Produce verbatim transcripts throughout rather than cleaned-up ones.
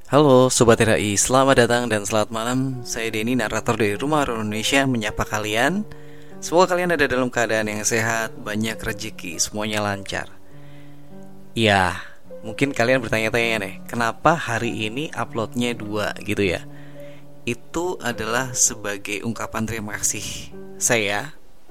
Halo Sobat R H I, selamat datang dan selamat malam. Saya Denny, narator dari Rumah Horor Indonesia, menyapa kalian. Semoga kalian ada dalam keadaan yang sehat, banyak rezeki, semuanya lancar. Ya, mungkin kalian bertanya-tanya nih, kenapa hari ini uploadnya dua gitu ya? Itu adalah sebagai ungkapan terima kasih saya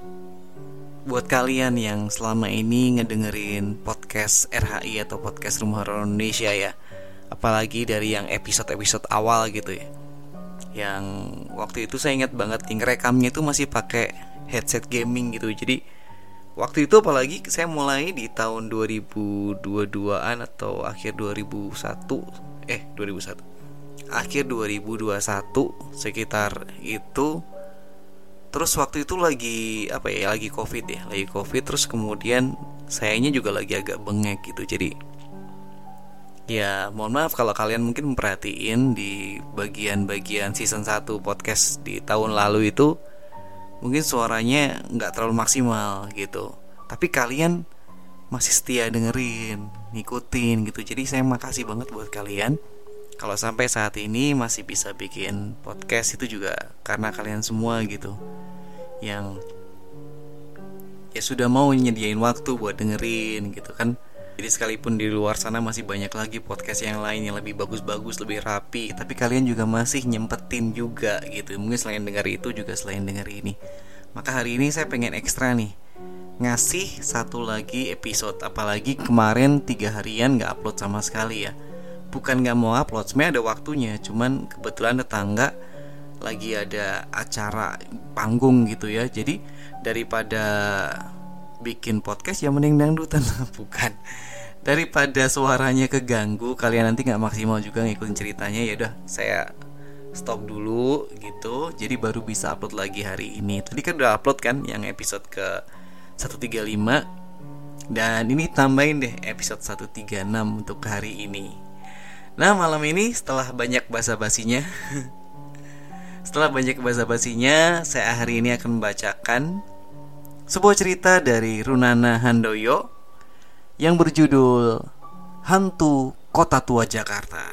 buat kalian yang selama ini ngedengerin podcast R H I atau podcast Rumah Horor Indonesia ya. Apalagi dari yang episode-episode awal gitu ya. Yang waktu itu saya ingat banget yang rekamnya itu masih pakai headset gaming gitu. Jadi waktu itu apalagi saya mulai di tahun dua ribu dua puluh duaan atau akhir dua ribu satu Eh dua ribu satu akhir dua ribu dua puluh satu sekitar itu. Terus waktu itu lagi apa ya, lagi covid ya Lagi covid terus kemudian sayanya juga lagi agak bengek gitu. Jadi ya, mohon maaf kalau kalian mungkin memperhatiin di bagian-bagian season satu podcast di tahun lalu itu mungkin suaranya gak terlalu maksimal gitu. Tapi kalian masih setia dengerin, ngikutin gitu. Jadi saya makasih banget buat kalian. Kalau sampai saat ini masih bisa bikin podcast itu juga karena kalian semua gitu, yang ya sudah mau nyediain waktu buat dengerin gitu kan. Jadi sekalipun di luar sana masih banyak lagi podcast yang lain yang lebih bagus-bagus, lebih rapi, tapi kalian juga masih nyempetin juga gitu. Mungkin selain dengar itu juga selain dengar ini. Maka hari ini saya pengen ekstra nih, ngasih satu lagi episode. Apalagi kemarin tiga harian gak upload sama sekali ya. Bukan gak mau upload, sebenarnya ada waktunya. Cuman kebetulan tetangga lagi ada acara panggung gitu ya. Jadi daripada bikin podcast ya mending dangdutan. Bukan, daripada suaranya keganggu, kalian nanti gak maksimal juga ngikutin ceritanya. Ya udah saya stop dulu gitu. Jadi baru bisa upload lagi hari ini. Tadi kan udah upload kan yang episode ke seratus tiga puluh lima. Dan ini tambahin deh episode seratus tiga puluh enam untuk hari ini. Nah malam ini setelah banyak basa-basinya Setelah banyak basa-basinya saya hari ini akan membacakan sebuah cerita dari Runana Handoyo yang berjudul Hantu Kota Tua Jakarta.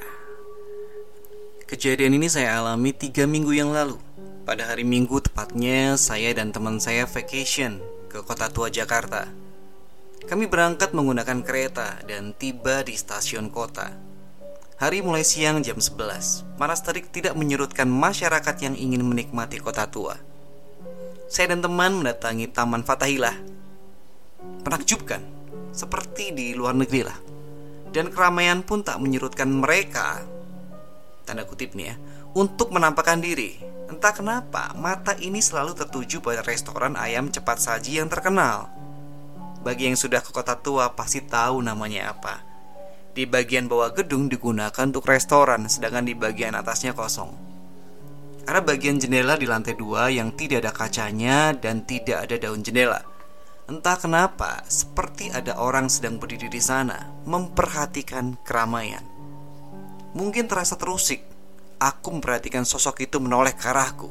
Kejadian ini saya alami tiga minggu yang lalu. Pada hari Minggu tepatnya, saya dan teman saya vacation ke Kota Tua Jakarta. Kami berangkat menggunakan kereta dan tiba di stasiun kota. Hari mulai siang jam sebelas. Panas terik tidak menyurutkan masyarakat yang ingin menikmati kota tua. Saya dan teman mendatangi Taman Fathahilah. Menakjubkan, seperti di luar negeri lah. Dan keramaian pun tak menyurutkan mereka, tanda kutip nih ya, untuk menampakkan diri. Entah kenapa mata ini selalu tertuju pada restoran ayam cepat saji yang terkenal. Bagi yang sudah ke kota tua pasti tahu namanya apa. Di bagian bawah gedung digunakan untuk restoran, sedangkan di bagian atasnya kosong. Ada bagian jendela di lantai dua yang tidak ada kacanya dan tidak ada daun jendela. Entah kenapa, seperti ada orang sedang berdiri di sana, memperhatikan keramaian. Mungkin terasa terusik, aku memperhatikan sosok itu menoleh ke arahku.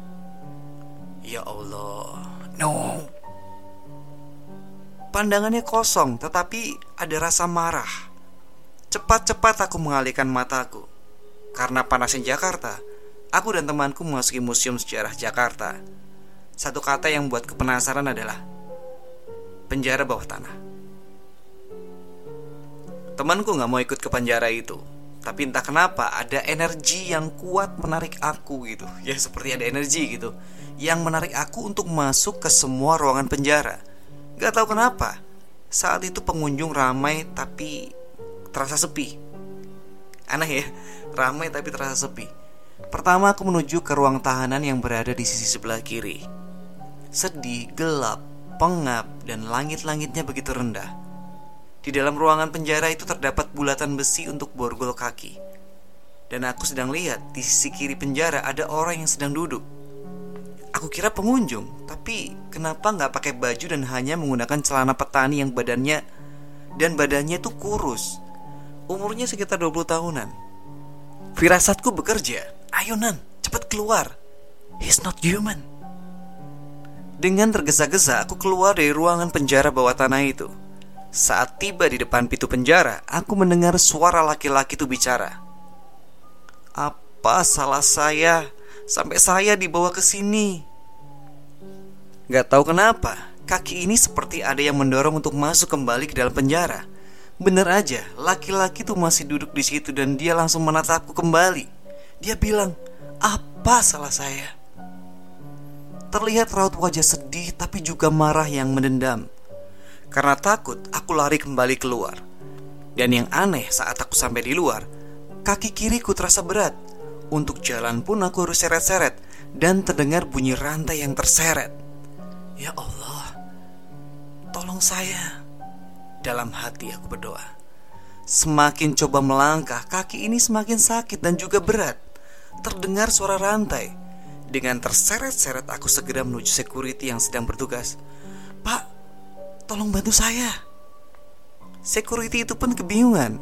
Ya Allah, no. Pandangannya kosong, tetapi ada rasa marah. Cepat-cepat aku mengalihkan mataku. Karena panasnya Jakarta, aku dan temanku memasuki Museum Sejarah Jakarta. Satu kata yang buat kepenasaran adalah penjara bawah tanah. Temanku gak mau ikut ke penjara itu, tapi entah kenapa ada energi yang kuat menarik aku gitu. Ya seperti ada energi gitu yang menarik aku untuk masuk ke semua ruangan penjara. Gak tahu kenapa, saat itu pengunjung ramai tapi terasa sepi. Aneh ya, ramai tapi terasa sepi. Pertama aku menuju ke ruang tahanan yang berada di sisi sebelah kiri. Sedih, gelap, pengap, dan langit-langitnya begitu rendah. Di dalam ruangan penjara itu terdapat bulatan besi untuk borgol kaki. Dan aku sedang lihat di sisi kiri penjara ada orang yang sedang duduk. Aku kira pengunjung, tapi kenapa gak pakai baju dan hanya menggunakan celana petani yang badannya Dan badannya tuh kurus. Umurnya sekitar dua puluh tahunan. Firasatku bekerja. Ayo Nan, cepat keluar. He's not human. Dengan tergesa-gesa aku keluar dari ruangan penjara bawah tanah itu. Saat tiba di depan pintu penjara, aku mendengar suara laki-laki itu bicara. Apa salah saya sampai saya dibawa ke sini? Gak tahu kenapa, kaki ini seperti ada yang mendorong untuk masuk kembali ke dalam penjara. Bener aja, laki-laki tuh masih duduk di situ dan dia langsung menatapku kembali. Dia bilang, apa salah saya? Terlihat raut wajah sedih tapi juga marah yang mendendam. Karena takut, aku lari kembali keluar. Dan yang aneh saat aku sampai di luar, kaki kiriku terasa berat. Untuk jalan pun aku harus seret-seret dan terdengar bunyi rantai yang terseret. Ya Allah, tolong saya. Dalam hati aku berdoa. Semakin coba melangkah, kaki ini semakin sakit dan juga berat. Terdengar suara rantai. Dengan terseret-seret aku segera menuju security yang sedang bertugas. Pak, tolong bantu saya. Security itu pun kebingungan.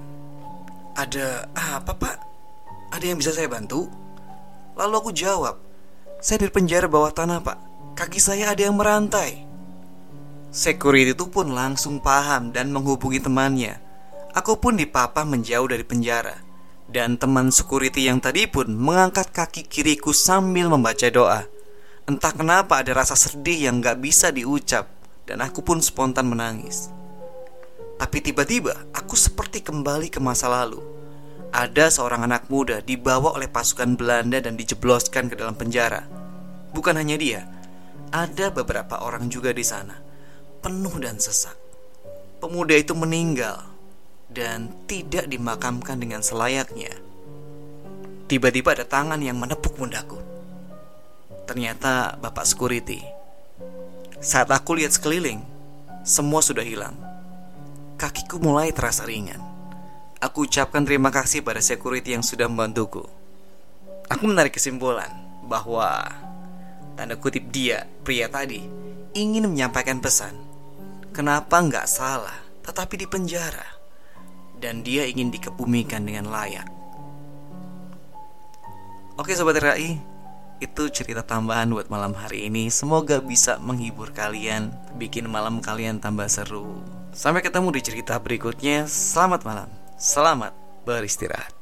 Ada apa pak? Ada yang bisa saya bantu? Lalu aku jawab, saya di penjara bawah tanah pak. Kaki saya ada yang merantai. Security itu pun langsung paham dan menghubungi temannya. Aku pun dipapah menjauh dari penjara. Dan teman security yang tadi pun mengangkat kaki kiriku sambil membaca doa. Entah kenapa ada rasa sedih yang gak bisa diucap. Dan aku pun spontan menangis. Tapi tiba-tiba aku seperti kembali ke masa lalu. Ada seorang anak muda dibawa oleh pasukan Belanda dan dijebloskan ke dalam penjara. Bukan hanya dia, ada beberapa orang juga di sana. Penuh dan sesak. Pemuda itu meninggal dan tidak dimakamkan dengan selayaknya. Tiba-tiba ada tangan yang menepuk pundaku. Ternyata bapak security. Saat aku lihat sekeliling, semua sudah hilang. Kakiku mulai terasa ringan. Aku ucapkan terima kasih pada security yang sudah membantuku. Aku menarik kesimpulan bahwa tanda kutip dia, pria tadi, ingin menyampaikan pesan. Kenapa nggak salah, tetapi di penjara. Dan dia ingin dikebumikan dengan layak. Oke Sobat R A I, itu cerita tambahan buat malam hari ini. Semoga bisa menghibur kalian, bikin malam kalian tambah seru. Sampai ketemu di cerita berikutnya. Selamat malam, selamat beristirahat.